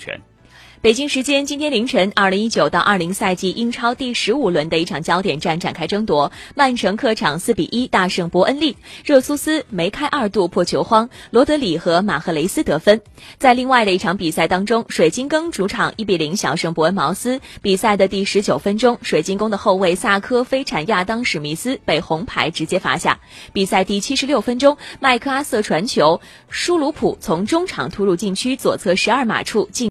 权。 北京时间今天凌晨，2019到20赛季英超第15轮的一场焦点战展开争夺，曼城客场4-1大胜伯恩利，热苏斯梅开2度破球荒，罗德里和马赫雷斯得分。在另外的一场比赛当中，水晶宫主场1-0小胜伯恩茅斯，比赛的第19分钟，水晶宫的后卫萨科飞铲亚当史密斯被红牌直接罚下。比赛第76分钟，麦克阿瑟传球，舒鲁普从中场突入禁区左侧12码处进